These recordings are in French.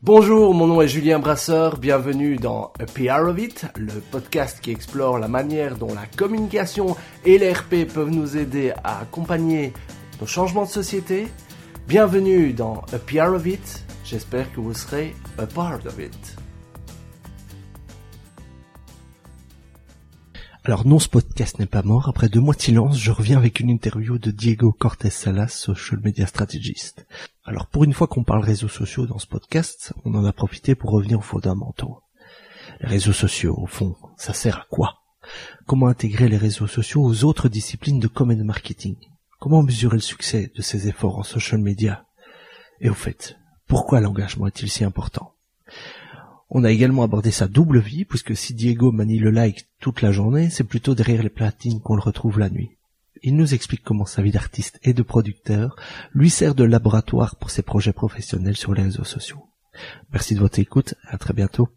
Bonjour, mon nom est Julien Brasseur, bienvenue dans A PR of It, le podcast qui explore la manière dont la communication et l'ERP peuvent nous aider à accompagner nos changements de société. Bienvenue dans A PR of It, j'espère que vous serez a part of it. Alors non, ce podcast n'est pas mort. Après 2 mois de silence, je reviens avec une interview de Diego Cortés Salas, social media strategist. Alors pour une fois qu'on parle réseaux sociaux dans ce podcast, on en a profité pour revenir aux fondamentaux. Les réseaux sociaux, au fond, ça sert à quoi? Comment intégrer les réseaux sociaux aux autres disciplines de com et de marketing? Comment mesurer le succès de ces efforts en social media? Et au fait, pourquoi l'engagement est-il si important? On a également abordé sa double vie, puisque si Diego manie le like toute la journée, c'est plutôt derrière les platines qu'on le retrouve la nuit. Il nous explique comment sa vie d'artiste et de producteur lui sert de laboratoire pour ses projets professionnels sur les réseaux sociaux. Merci de votre écoute, à très bientôt.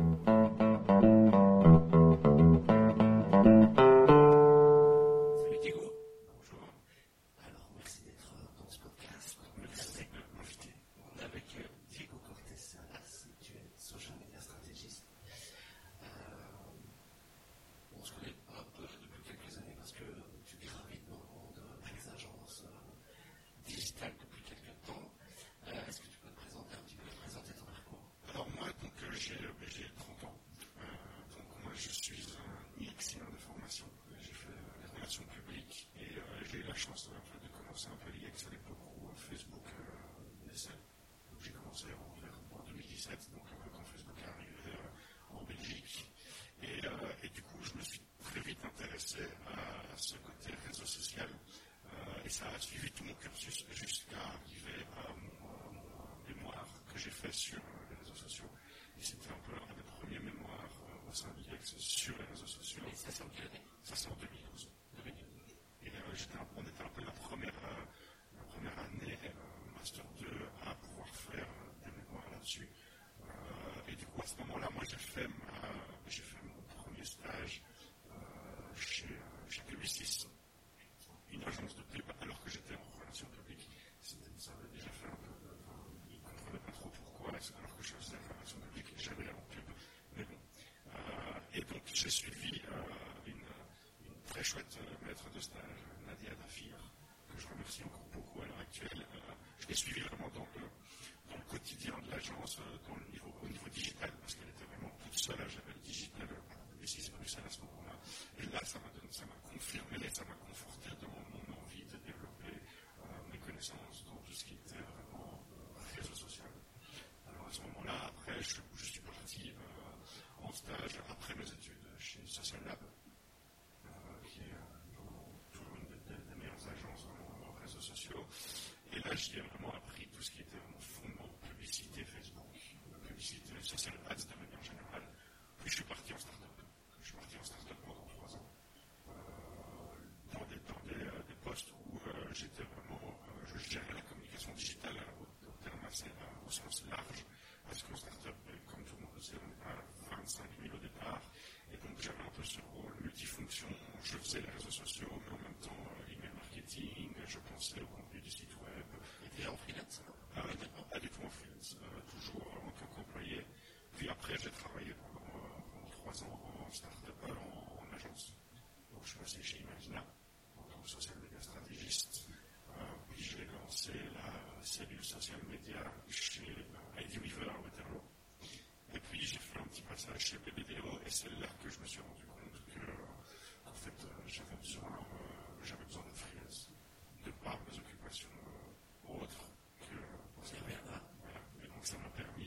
J'ai 30 ans, donc moi je suis un UXien de formation. J'ai fait les relations publiques et j'ai eu la chance de commencer un peu l'UX à l'époque où Facebook naissait. Donc j'ai commencé en 2017, donc quand Facebook est arrivé en Belgique. Et du coup je me suis très vite intéressé à ce côté réseau social et ça a suivi tout mon cursus jusqu'à arriver à mon mémoire que j'ai fait sur les réseaux sociaux. Et c'était un peu un des premiers mémoires au sein de l'IEX sur les réseaux sociaux. Et ça, c'est en quelle année? Ça, c'est en 2012. Et on était un peu la première année, Master 2, à pouvoir faire des mémoires là-dessus. Et du coup, à ce moment-là, moi, j'ai fait mon premier stage chez Publicis, une agence de pub, alors que j'étais en relations publiques. Ça avait déjà fait un peu... Ils ne comprenaient pas trop pourquoi, alors que je faisais la relation publique et j'avais la pub. Mais bon. Et donc, j'ai suivi une très chouette maître de stage, Nadia Dafir, que je remercie encore beaucoup à l'heure actuelle. Je l'ai suivi vraiment dans le quotidien de l'agence, au niveau digital, parce qu'elle était vraiment toute seule à gérer le digital pour Publicis Bruxelles à ce moment-là. Et là, ça m'a confirmé, ça m'a conforté dans mon envie de développer mes connaissances dans tout ce qui était vraiment réseau social. Alors à ce moment-là, après, je suis parti en stage après mes études chez Social Lab, qui est toujours une des meilleures agences en réseaux sociaux. Et là, j'y ai vraiment appris tout ce qui était vraiment fondement publicité Facebook, publicité social ads de manière générale. Puis je suis parti en start-up. Pendant 3 ans. Dans des postes où je gérais la communication digitale au terme au sens large, parce qu'en start-up, comme tout le monde le sait, on est à 25 000 au départ, et donc j'avais un peu ce rôle multifonction. Je faisais les réseaux sociaux, mais en même temps email marketing, je pensais au contenu du site web. Et en freelance? Pas du tout en freelance, toujours en tant qu'employé. Puis après, j'ai travaillé pendant 3 ans en start-up, en agence. Donc je suis passé chez Imagina en tant que social media stratégiste. Puis j'ai lancé la cellule social media chez ID Weaver à Waterloo. Et puis j'ai fait un petit passage chez BBDO et c'est là que je me suis rendu compte qu'en fait j'avais besoin d'être freelance, de par mes occupations autres que parce qu'il y avait un. Voilà. Et donc ça m'a permis,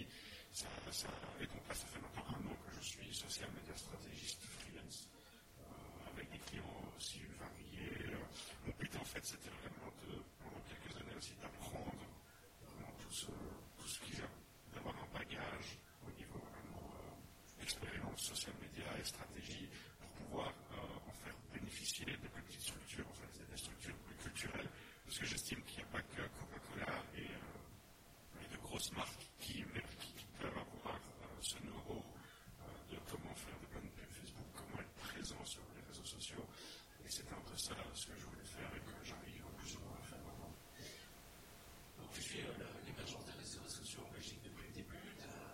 et donc là ça fait maintenant 1 an que je suis social media stratégiste freelance, avec des clients aussi variés. Mon but en fait c'était vraiment pendant quelques années aussi d'apprendre vraiment tout ce qu'il y a, d'avoir un bagage au niveau vraiment expérience, social media et stratégie pour pouvoir en faire bénéficier des plus petites structures, en fait, des structures plus culturelles, parce que j'estime qu'il n'y a pas que Coca-Cola et de grosses marques qui peuvent avoir ce know-how de comment faire de bonnes pubs Facebook, comment être présent sur les réseaux sociaux. Et c'était un peu ça ce que je voulais faire et que j'arrive plus ou moins à faire maintenant. Donc tu fais l'émergence des réseaux sociaux en Belgique depuis le début.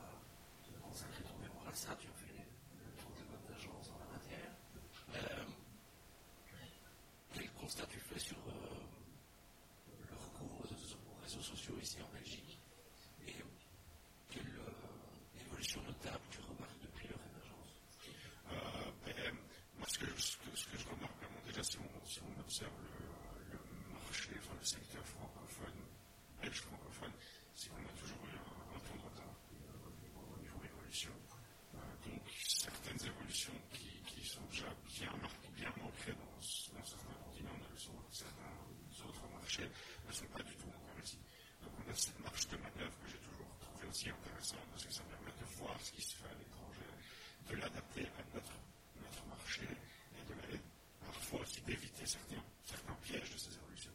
parce que ça permet de voir ce qui se fait à l'étranger, de l'adapter à notre marché et parfois aussi d'éviter certains pièges de ces évolutions.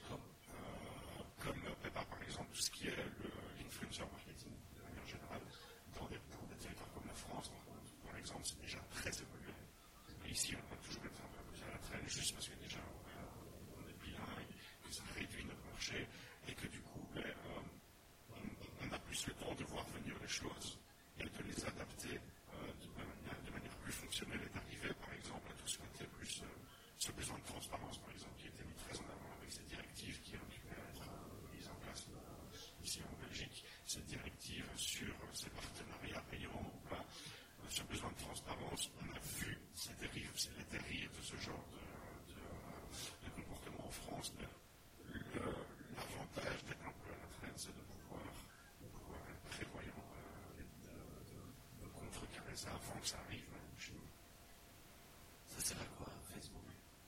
Comme par exemple tout ce qui est l'influencer marketing de manière générale, dans des territoires comme la France, par exemple, c'est déjà très évolué. Et ici, on va toujours être un peu plus à la traîne, juste parce que déjà on est bilingue, que ça réduit notre marché, et que du coup, on a plus le temps de voir venir les choses et de les adapter de manière plus fonctionnelle et d'arriver, par exemple, à tout ce qui était plus ce besoin de transparence, par exemple, qui était mis très en avant avec ces directives qui ont pu être mises en place ici en Belgique, cette directive sur ces partenariats payants ou pas, ce besoin de transparence, on a vu ces dérives, les dérives de ce genre de comportement en France, mais l'avantage d'être un peu à la traîne, c'est de pouvoir être prévoyant et de contrecarrer ça avant que ça arrive même chez nous. Ça sert à quoi, Facebook?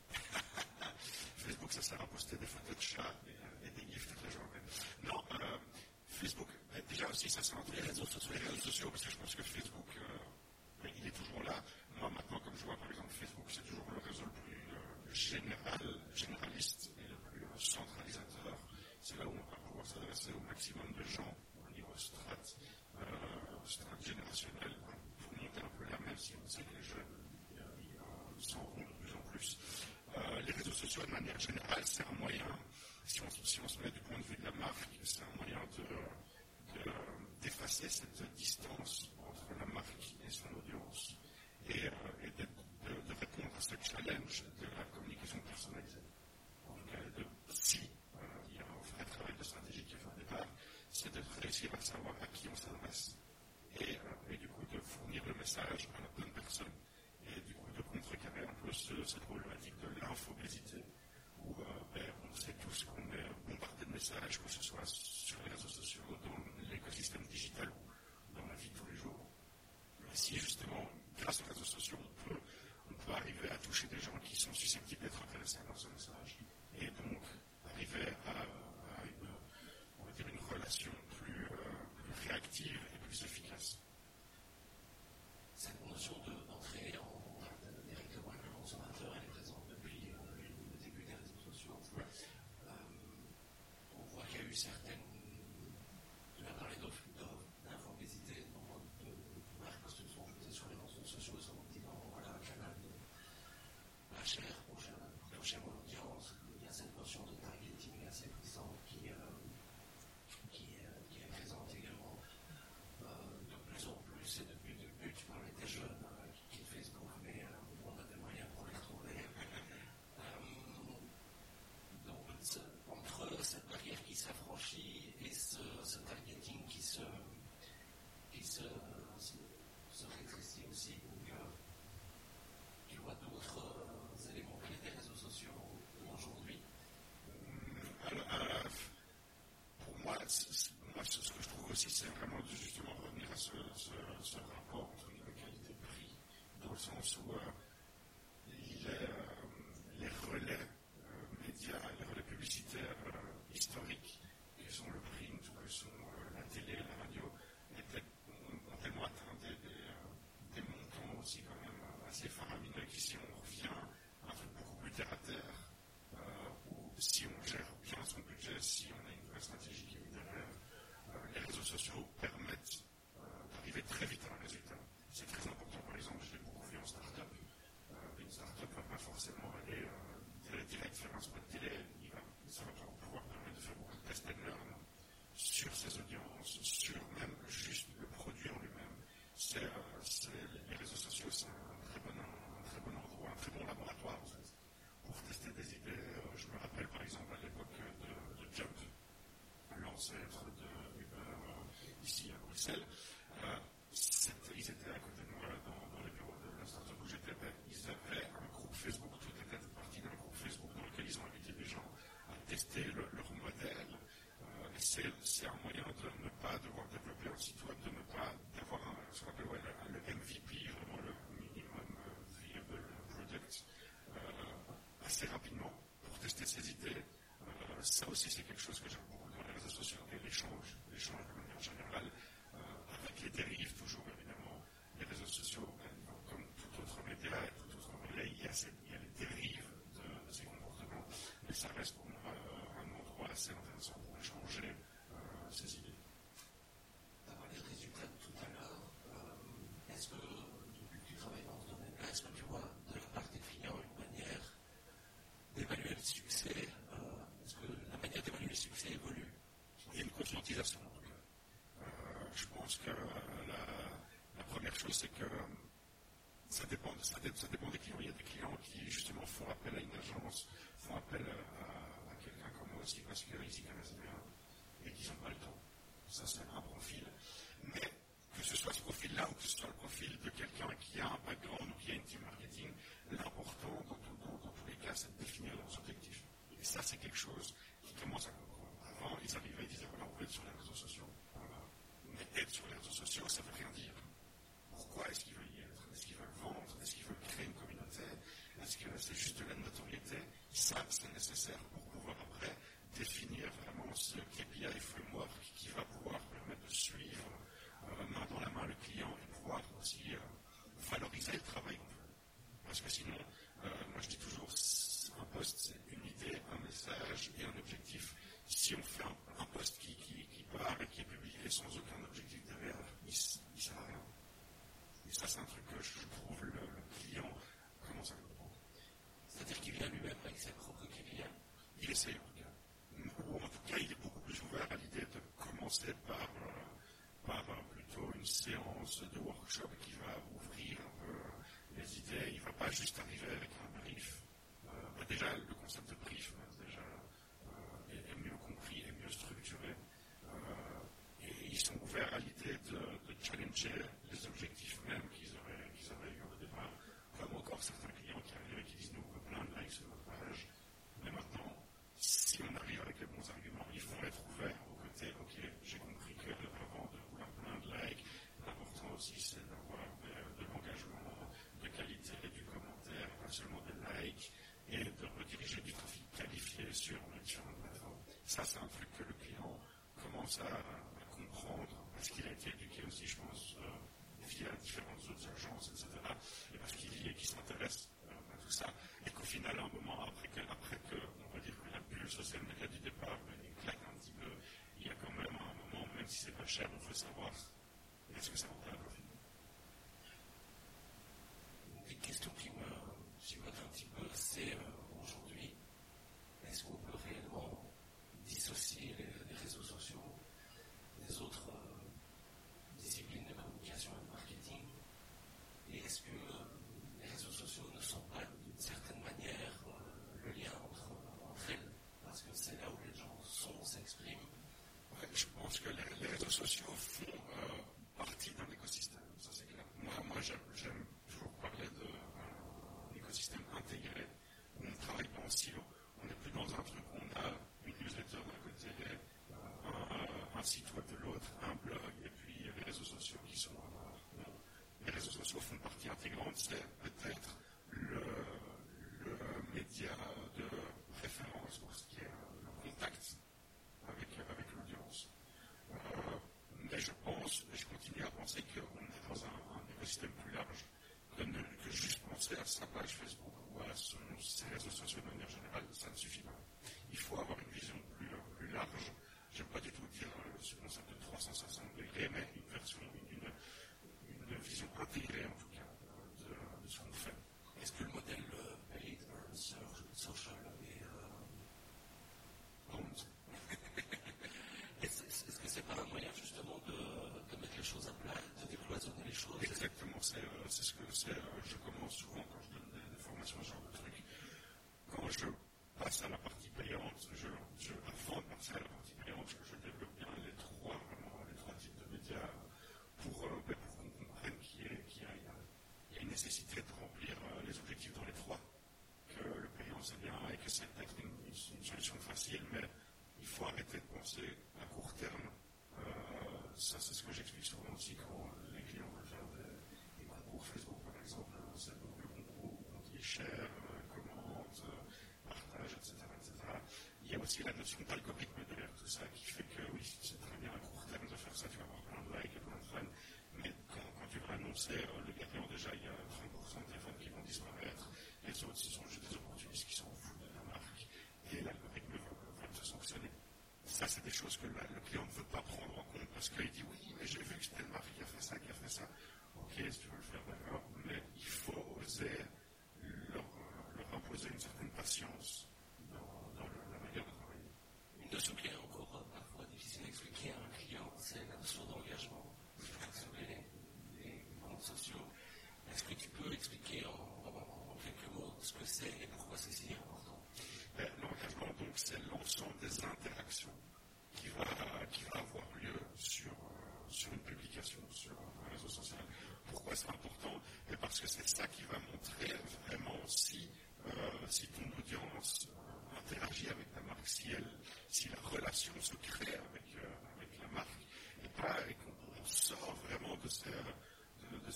Facebook, ça sert à poster des photos de chats et des gifs toute la journée. Non, Facebook, déjà aussi, ça sert à tous les réseaux sociaux, parce que je pense que Facebook, il est toujours là. Moi, maintenant, comme je vois, par exemple, Facebook, c'est toujours le réseau le plus généraliste et le plus centralisateur. C'est là où on va pouvoir s'adresser au maximum de gens au niveau strate générationnel pour monter un peu là, même si on sait que les jeunes s'en vont de plus en plus. Les réseaux sociaux, de manière générale, c'est un moyen, si on se met du point de vue de la marque, c'est un moyen d'effacer cette distance entre la marque et son audience et de répondre à ce challenge de la communication personnalisée. En tout cas, si il y a un vrai travail de stratégie qui est fait au départ, c'est de réussir à savoir à qui on s'adresse et du coup de fournir le message à la bonne personne et du coup de contrecarrer un peu cette problématique de l'infobésité où on sait tous qu'on est bombardé de messages, que ce soit sur les réseaux sociaux, dans l'écosystème digital ou dans la vie de tous les jours. Mais si justement, grâce aux réseaux sociaux, on peut arriver à toucher des gens qui sont susceptibles d'être intéressés par ce message et donc arriver à une relation plus réactive et plus efficace. Cette notion d'entrée en contact directement avec le consommateur, elle est présente depuis le début des réseaux sociaux. Ouais. On voit qu'il y a eu certaines. Tu as parlé d'infobésité, de marques qui se sont jetées sur les réseaux sociaux et sont dit voilà un canal pas cher pour toucher mon audience. Il y a cette notion de targeting assez puissante qui est présente également de plus en plus et depuis le début. Tu parlais des jeunes qui quittent Facebook, mais on a des moyens pour les retrouver. Donc, entre cette barrière qui s'affranchit et ce targeting qui se rétrécit aussi, tu vois d'autres éléments clés des réseaux sociaux aujourd'hui. Pour moi, ce que je trouve aussi, c'est vraiment de justement revenir à ce rapport entre la qualité et prix, dans le sens où les relais médias, les relais publicitaires historiques, qui sont le print, que sont la télé, la radio, ont tellement atteint des montants aussi quand même assez faramineux qu'ici on revient à un truc beaucoup plus terre à terre, où si on gère bien son budget, si on a une vraie stratégie qui est derrière, les réseaux sociaux permettent d'arriver très vite à un résultat. C'est très important, par exemple, je l'ai beaucoup vu en start-up. Une start-up ne va pas forcément aller direct faire un spot télé, ça va pouvoir permettre de faire beaucoup de test and learn sur ses audiences, sur même juste le produit en lui-même. Les réseaux sociaux, c'est un très bon endroit, un très bon laboratoire en fait, pour tester des idées. Je me rappelle par exemple à l'époque de Jump, l'ancêtre de Uber ici à Bruxelles. Ils étaient à côté de moi dans les bureaux de la startup où j'étais. Ils avaient un groupe Facebook, tout était parti d'un groupe Facebook dans lequel ils ont invité des gens à tester leur modèle. Et c'est un moyen de ne pas devoir développer un site web, de ne pas d'avoir ce qu'on appelle le MVP, vraiment le minimum viable product, assez rapidement pour tester ses idées. Ça aussi, c'est quelque chose que j'aime beaucoup dans les réseaux sociaux, et l'échange de manière générale, pense que la première chose, c'est que ça dépend des clients. Il y a des clients qui, justement, font appel à une agence, font appel à quelqu'un comme moi aussi, parce qu'ils s'y connaissent bien et qu'ils n'ont pas le temps. Ça, c'est un profil. Mais que ce soit ce profil-là ou que ce soit le profil de quelqu'un qui a un background ou qui a une team marketing, l'important dans tous les cas, c'est de définir leurs objectifs. Et ça, c'est quelque chose qui commence à comprendre. Avant, ils arrivaient, ils disaient, voilà, on veut être sur les réseaux sociaux. Voilà. Mais être sur les réseaux sociaux, ça ne veut rien dire. Pourquoi est-ce qu'ils veulent y être? Est-ce qu'ils veulent vendre? Est-ce qu'ils veulent créer une communauté? Est-ce que c'est juste de la notoriété? Ça, c'est nécessaire pour pouvoir après définir vraiment ce KPI framework qui va pouvoir permettre de suivre main dans la main le client et pouvoir aussi valoriser le travail qu'on fait. Parce que sinon, moi je dis toujours, un post c'est une idée, un message et un objectif. Si on fait un post qui part et qui est publié sans aucun objectif derrière, il ne sert à rien. Et ça, c'est un truc que je trouve le client commence à comprendre. C'est-à-dire qu'il vient lui-même avec ses propres KPI. Il essaye en tout cas. Ou en tout cas, il est beaucoup plus ouvert à l'idée de commencer par plutôt une séance de workshop qui va ouvrir un peu les idées. Il ne va pas juste arriver avec un brief. Déjà, le concept de brief est mieux compris et mieux structuré. Et ils sont ouverts à l'idée de challenger les objectifs même qu'ils auraient eu au départ. Comme encore certains clients qui arrivent et qui disent nous, on veut plein de likes sur notre page. Mais maintenant, si on arrive avec les bons arguments, ils vont être ouverts au côté, ok, j'ai compris que avant de vouloir plein de likes, l'important aussi c'est d'avoir de l'engagement, de qualité du commentaire, pas seulement des likes, et de rediriger du trafic qualifié sur les différentes plateformes. Ça, c'est un truc que le client commence à comprendre, parce qu'il a été éduqué aussi, je pense, via différentes autres agences, etc. Et parce qu'il y est, qu'il s'intéresse à tout ça, et qu'au final, à un moment, après que on va dire que la bulle sociale média du départ claque un petit peu, il y a quand même un moment, même si c'est pas cher, on veut savoir est-ce que c'est rentable au final. Une question qui me chicote un petit peu, c'est aujourd'hui, est-ce qu'on peut réellement dissocier les réseaux sociaux des autres disciplines de communication et de marketing? Et est-ce que les réseaux sociaux ne sont pas d'une certaine manière le lien entre elles? Parce que c'est là où les gens s'expriment. Ouais, je pense que les réseaux sociaux font partie d'un écosystème, ça c'est clair. Moi j'aime toujours parler d'un écosystème intégré, où on ne travaille pas en silo. On n'est plus dans un truc où on a une newsletter d'un côté, un site web de l'autre, un blog, et puis les réseaux sociaux qui sont non. Les réseaux sociaux font partie intégrante, c'est peut-être le média de référence pour ce qui est le contact avec l'audience. Mais je pense, et je continue à penser qu'on est dans un écosystème plus large, que juste penser à sa page Facebook ou à ses réseaux sociaux de manière générale, ça ne suffit pas. Il faut avoir une vision plus large. Je n'aime pas du tout dire ce concept de 360 degrés, mais une vision intégrée en tout cas de ce qu'on fait. Est-ce que le modèle paid earn social est Honte. Est-ce que c'est pas un moyen justement de mettre les choses à plat, de décloisonner les choses? Exactement, c'est ce que c'est. Je commence souvent quand je donne des formations à ce genre de trucs. Quand je passe à la partie payante, avant de passer à la partie payante, je développe bien les trois types de médias pour qu'on comprenne qu'il y a une nécessité de remplir les objectifs dans les trois. Que le payant c'est bien et que c'est peut-être une solution facile, mais il faut arrêter de penser à court terme. Ça, c'est ce que j'explique souvent aussi quand les clients veulent faire des concours Facebook, par exemple. C'est donc le concours où on dit share, commente, partage, etc., etc. Il y a aussi la notion d'algorithme derrière tout ça qui fait que oui, c'est très bien à court terme de faire ça, tu vas avoir plein de likes et plein de fans, mais quand tu vas annoncer le gagnant, déjà il y a 30% des fans qui vont disparaître, les autres ce sont juste des opportunistes qui s'en foutent de la marque, et l'algorithme va te sanctionner. Ça, c'est des choses que le client ne veut pas prendre en compte parce qu'il dit oui, mais j'ai vu que c'était une marque qui a fait ça, qui a fait ça. Ok, si tu veux le faire, d'accord, mais il faut oser leur imposer une certaine patience dans la manière de travailler. Une notion qui est encore parfois difficile à expliquer à un client, c'est la notion d'engagement.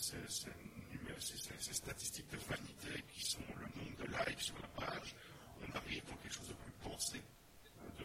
ces statistiques de vanité qui sont le nombre de likes sur la page, on arrive dans quelque chose de plus pensé, de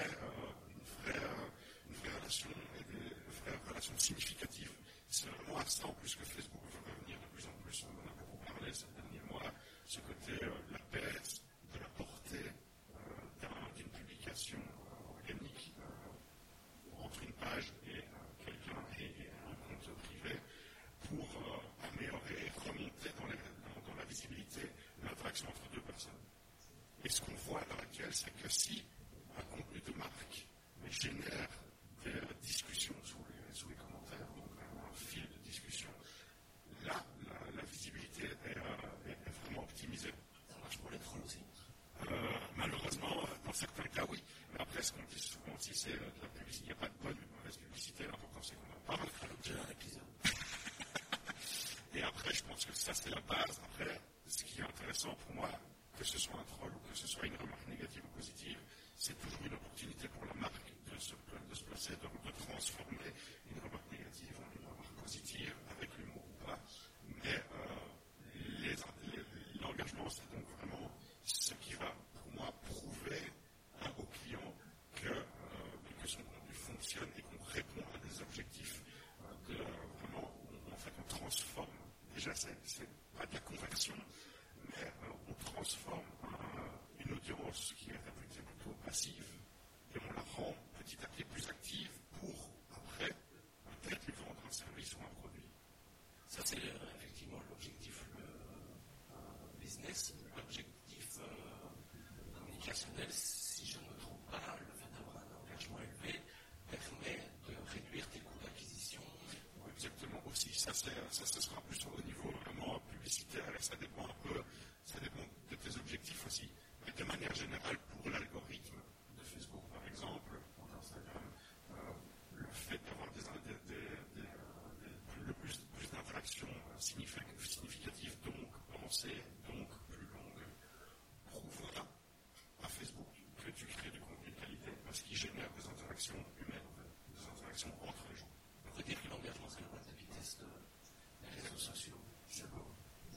une vraie relation et des vraies relations significatives. C'est vraiment à ça en plus que Facebook veut revenir de plus en plus. On en a beaucoup parlé ces derniers mois, ce côté l'apaise, de la portée d'une publication organique entre une page et quelqu'un et un compte privé pour améliorer, remonter dans la visibilité l'interaction entre deux personnes. Et ce qu'on voit à l'heure actuelle, c'est que si un contenu de marque génère des discussions sous les commentaires, donc un fil de discussion, là, la visibilité est vraiment optimisée. Ça marche pour les trolls aussi. Malheureusement, dans certains cas, oui. Mais après, ce qu'on dit souvent aussi, c'est de la publicité. Il n'y a pas de bonne ou de mauvaise publicité. L'important, c'est qu'on en parle. Ça l'objet d'un épisode. Et après, je pense que ça, c'est la base. Après, ce qui est intéressant pour moi, que ce soit un troll ou que ce soit une remarque négative ou positive, c'est toujours une opportunité pour la marque de se placer, de transformer une remarque négative en une remarque positive, avec l'humour ou pas. Mais l'engagement, c'est donc vraiment ce qui va, pour moi, prouver au client que son contenu fonctionne et qu'on répond à des objectifs vraiment, en fait, on transforme. Déjà, c'est pas de la conversion, mais on transforme une audience qui est réputée plutôt passive et on la rend petit à petit plus active pour, après, peut-être lui vendre un service ou un produit. Ça, c'est effectivement l'objectif business, l'objectif communicationnel, si je ne me trompe pas, le fait d'avoir un engagement élevé permet de réduire tes coûts d'acquisition. Exactement aussi, ça sera plus au niveau vraiment publicitaire et ça dépend de tes objectifs aussi. Mais de manière générale, pour l'algorithme de Facebook par exemple, ou d'Instagram, le fait d'avoir plus d'interactions significatives, donc pensées, donc plus longues, prouvera à Facebook que tu crées du contenu de qualité parce qu'il génère des interactions humaines, en fait, des interactions entre les gens. On peut dire que l'engagement, c'est la boîte de vitesse des réseaux sociaux. C'est beau.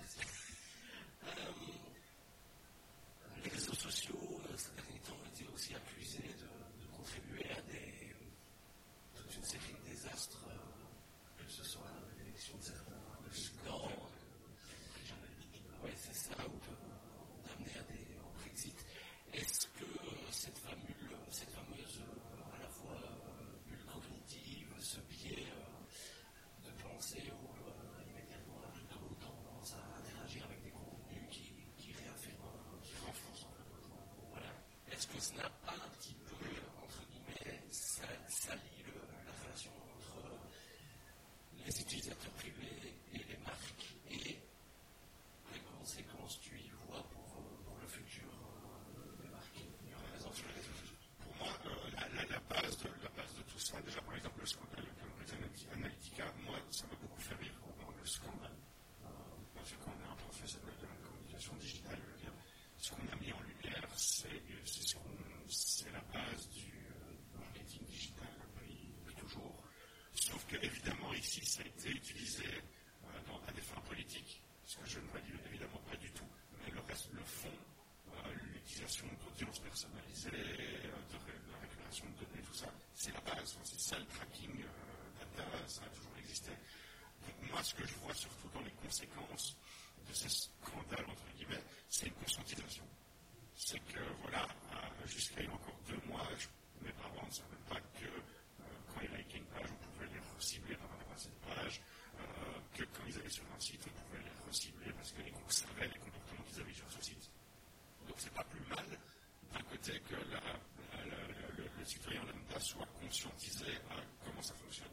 Les réseaux sociaux, ces derniers temps, ont été aussi accusés de contribuer à toute une série de désastres, que ce soit l'élection de certains scandales, oui, c'est ça, ou d'amener au Brexit. Est-ce que cette fameuse à la fois bulle cognitive, ce biais de pensée où immédiatement on a plutôt tendance à interagir avec des contenus qui réaffirment, qui renforcent en fait notre propos. Voilà. Est-ce que ça n'a pas un petit peu, entre guillemets, sali la relation entre les utilisateurs privés et les marques et les conséquences tu y vois pour le futur des marques qui représentent sur les réseaux sociaux? Pour moi, la base de tout ça, déjà par exemple le scandale de Cambridge Analytica, moi ça m'a beaucoup fait rire le scandale. Parce que quand on est un professionnel de la communication digitale, je veux dire, ce qu'on a mis en lumière, c'est la base du marketing digital depuis toujours. Sauf que évidemment ici ça a été utilisé à des fins politiques, ce que je ne valide évidemment pas du tout. Mais le fond, l'utilisation d'audience personnalisée, de la récupération de données, tout ça, c'est la base. C'est ça le tracking data, ça a toujours existé. Donc moi, ce que je vois surtout dans les conséquences de ces scandales, entre guillemets, c'est une conscientisation. C'est que, voilà, jusqu'à il y a encore 2 mois, mes parents ne savaient pas que quand ils likaient une page, on pouvait les recibler par rapport à cette page, que quand ils allaient sur un site, on pouvait les recibler parce qu'on savait les comportements qu'ils avaient sur ce site. Donc c'est pas plus mal d'un côté que le citoyen lambda soit conscientisé à comment ça fonctionne.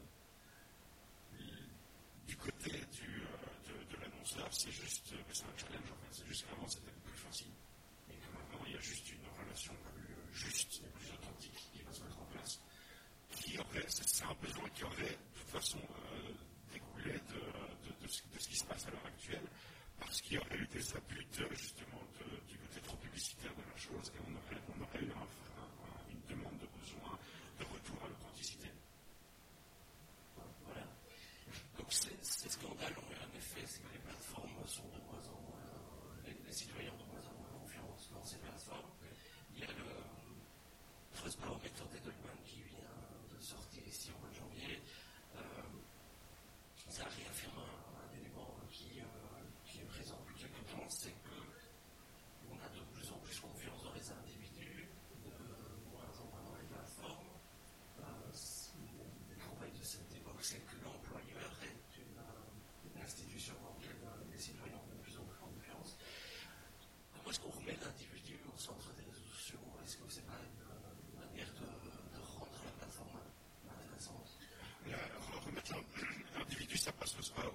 Du côté de l'annonceur, c'est un challenge en fait. C'est juste qu'avant c'était plus facile et que maintenant il y a juste une relation plus juste et plus authentique qui va se mettre en place. C'est un besoin qui aurait de toute façon découlé de ce qui se passe à l'heure actuelle, parce qu'il y aurait eu des abus justement du côté trop publicitaire de la chose et on aurait eu une demande de besoin de retour à l'authenticité. Voilà. Donc ces scandales ont eu un effet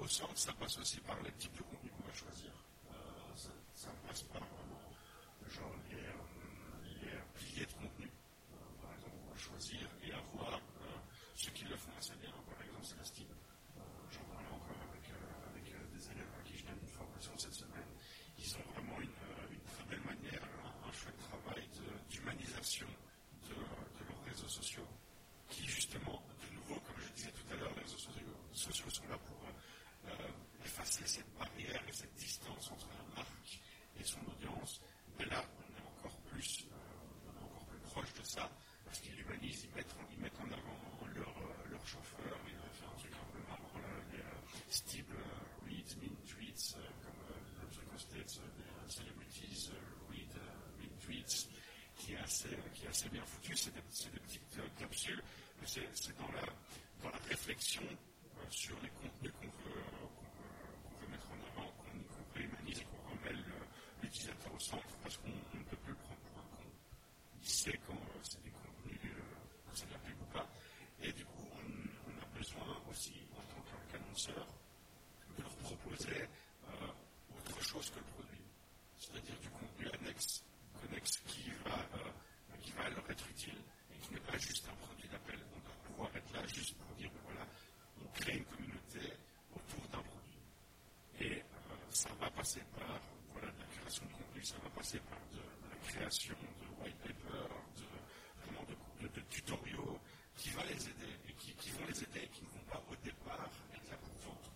centre, ça passe aussi par les types de contenus qu'on va choisir. Ça passe par genre les piliers de contenu. Par exemple, on va choisir et avoir ceux qui le font assez bien. Par exemple, c'est la Steam. J'en parlais encore avec des élèves à qui je donne une formation cette semaine. Ils ont vraiment une très belle manière, un chouette travail d'humanisation de leurs réseaux sociaux, qui justement, de nouveau, comme je disais tout à l'heure, les réseaux sociaux sont là pour effacer cette barrière et cette distance entre la marque et son audience. Mais là, on est encore plus proche de ça, parce qu'ils l'humanisent, ils mettent en avant leur chauffeur, ils avaient fait un truc un peu marrant, les Steve reads mean tweets, comme le truc aux States, les celebrities read tweets, qui est assez bien foutu. C'est des petites capsules, mais c'est dans la réflexion sur les contenus qu'on veut mettre en avant, qu'on réhumanise et qu'on remet l'utilisateur au centre, parce qu'on ne peut plus le prendre pour un con. Il sait quand c'est des contenus, quand c'est de la pub ou pas. Et du coup, on a besoin aussi, en tant qu'annonceur, de leur proposer autre chose que le produit. C'est-à-dire du contenu connexe qui va leur être utile et qui n'est pas juste un produit d'appel. On doit pouvoir être là juste pour dire, voilà, on crée une communauté autour d'un produit. Et ça va passer par de la création de contenu, ça va passer par de la création de white paper, vraiment de tutoriaux qui va les aider et qui vont les aider et qui ne vont pas au départ être là pour vendre.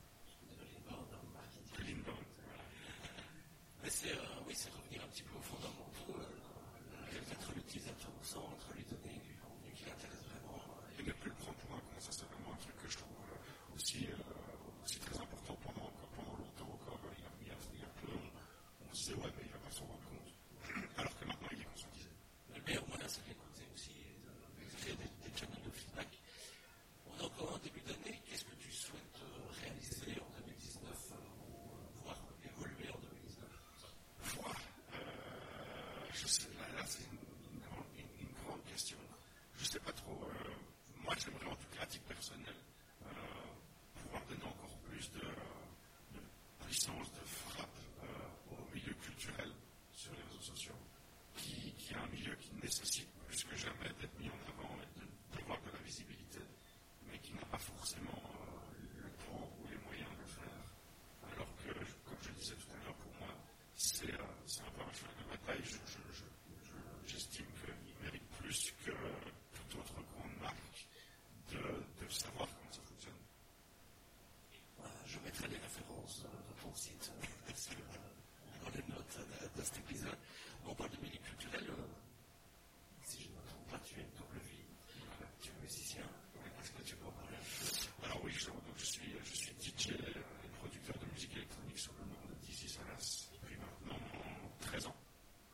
De l'inbound, voilà. Mais c'est revenir un petit peu aux fondamentaux, mettre l'utilisateur au centre, lui donner du contenu qui l'intéresse vraiment. Et ne plus le prendre pour un con, ça c'est vraiment un truc que je trouve aussi très important pendant longtemps encore. Il y a peu, on se disait ouais mais il va pas s'en rendre compte. Alors que maintenant il est conscientisé. Le meilleur moyen c'est de l'écouter aussi et de créer des channels de feedback. On a encore un début d'année, qu'est-ce que tu souhaites réaliser en 2019 ou voir évoluer en 2019? Je sais, là c'est une grande question. Je ne sais pas trop. Moi j'aimerais en tout cas à titre personnel pouvoir donner encore plus de puissance, de frappe au milieu culturel sur les réseaux sociaux, qui est un milieu qui nécessite plus que jamais d'être mis en avant et d'avoir de la visibilité, mais qui n'a pas forcément le temps ou les moyens de le faire. Alors que, comme je le disais tout à l'heure, pour moi, c'est un peu un cheval de bataille. J'estime qu'il mérite plus que toute autre grande marque de savoir comment ça fonctionne. Je mettrai les références de ton site dans les notes de cet épisode. On parle de milieu culturel. Si je ne me trompe pas, tu es double vie. Tu es musicien. Est-ce que tu peux en parler? Alors oui, je suis DJ et producteur de musique électronique sous le nom de DC Salas depuis maintenant 13 ans.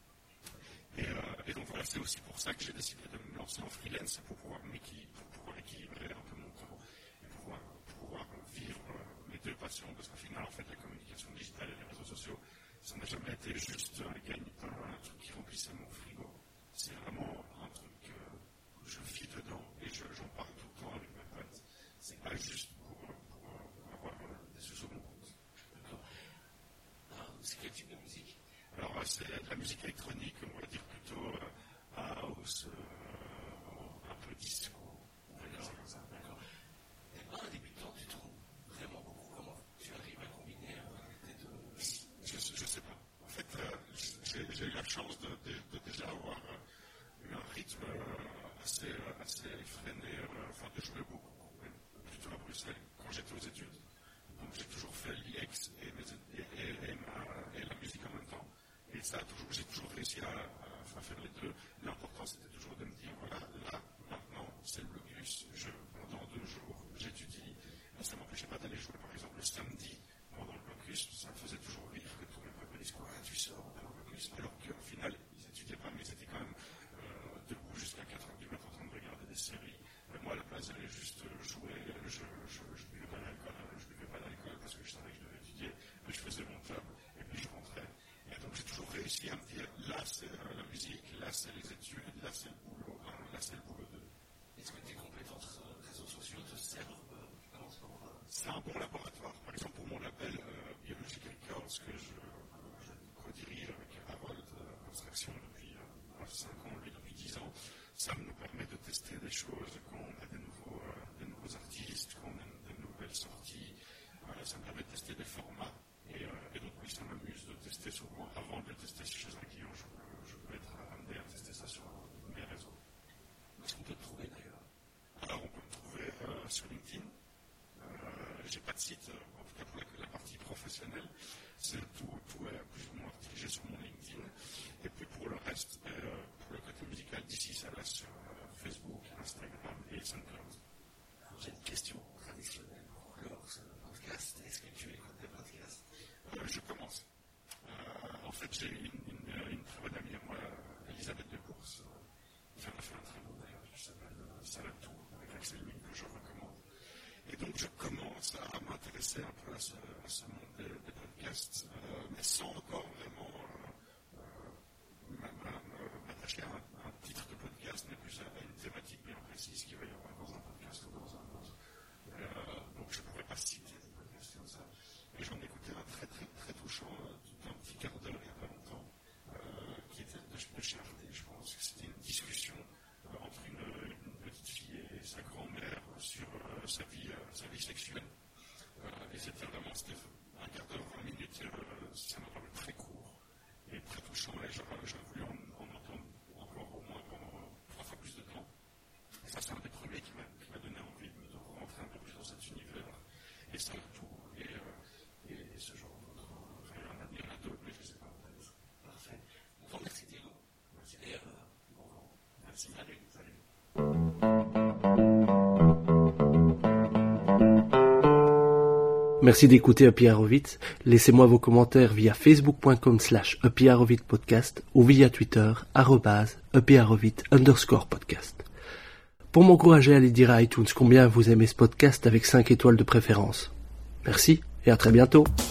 Et donc voilà, c'est aussi pour ça que j'ai décidé de me lancer en freelance, pour pouvoir équilibrer un peu mon temps et pouvoir vivre mes deux passions, parce qu'au final, en fait, la communication digitale et les réseaux sociaux, ça n'a jamais été juste un gagne-pain, un truc qui remplissait mon frigo. C'est vraiment un truc que je vis dedans et j'en parle tout le temps avec mes potes. C'est pas juste pour avoir des sous sur mon compte. D'accord. C'est quel type de musique? Alors, c'est de la musique électronique, on va dire plutôt house, un peu disco. On va dire ça comme ça. D'accord. Et pas un débutant, tu trouves vraiment beaucoup comment tu arrives à combiner les deux? Je sais pas. En fait, j'ai eu la chance de déjà avoir eu un rythme assez effréné, de jouer beaucoup, plutôt à Bruxelles, quand j'étais aux études. Donc j'ai toujours fait l'IEX et la musique en même temps. Et j'ai toujours réussi à faire les deux. L'important c'était toujours de me exemple, pour mon label Biological Chaos que je co-dirige avec Harold Abstraction depuis 5 ans, lui depuis 10 ans, ça nous permet de tester des choses quand on a des nouveaux artistes, quand on a de nouvelles sorties. Ça me permet de tester des formats. Et donc, oui, ça m'amuse de tester souvent. Avant de le tester chez un client, je peux être amené à tester ça sur mes réseaux. Est-ce qu'on peut te trouver d'ailleurs? Alors, on peut me trouver sur LinkedIn. J'ai pas de site, en tout cas pour la partie professionnelle. Tout est plus ou moins dirigé sur mon LinkedIn. Et puis pour le reste, pour le côté musical, d'ici, ça va sur Facebook, Instagram et SoundCloud. Alors, j'ai une question traditionnelle pour clore ce podcast. Est-ce que tu écoutes des podcasts? Je commence. En fait, j'ai une très bonne amie à moi, Elisabeth Decours, qui en a fait un très bon d'ailleurs, qui s'appelle Salade Tout, avec Axel Mine, que je recommande. Et donc, je commence à m'intéresser un peu à ce monde des podcasts, mais sans encore vraiment m'attacher à un titre de podcast, mais plus à une thématique bien précise qu'il va y avoir dans un podcast ou dans un autre. Donc, je ne pourrais pas citer des podcasts comme ça. Et j'en ai écouté un très, très, très touchant, d'un petit quart d'heure il n'y a pas longtemps, qui était de chez Arte, je pense. C'était une discussion entre une petite fille et sa grand-mère sur sa vie sexuelle. Et c'était un quart d'heure, 20 minutes, ça m'a paru très court et très touchant. Et j'aurais voulu en entendre encore au moins pendant 3 fois plus de temps. Et ça, c'est un des premiers qui m'a donné envie de rentrer un peu plus dans cet univers. Et ça le tout. Et ce genre d'autres. Il y en a d'autres, mais je ne sais pas en fait. Parfait. Bon, merci Diego. Merci. Et bon vent. Merci. Salut. Merci d'écouter Happy Horowitz. Laissez-moi vos commentaires via facebook.com/happyhorowitz-podcast ou via Twitter @happyhorowitz_podcast. Pour m'encourager, allez dire à iTunes combien vous aimez ce podcast avec 5 étoiles de préférence. Merci et à très bientôt.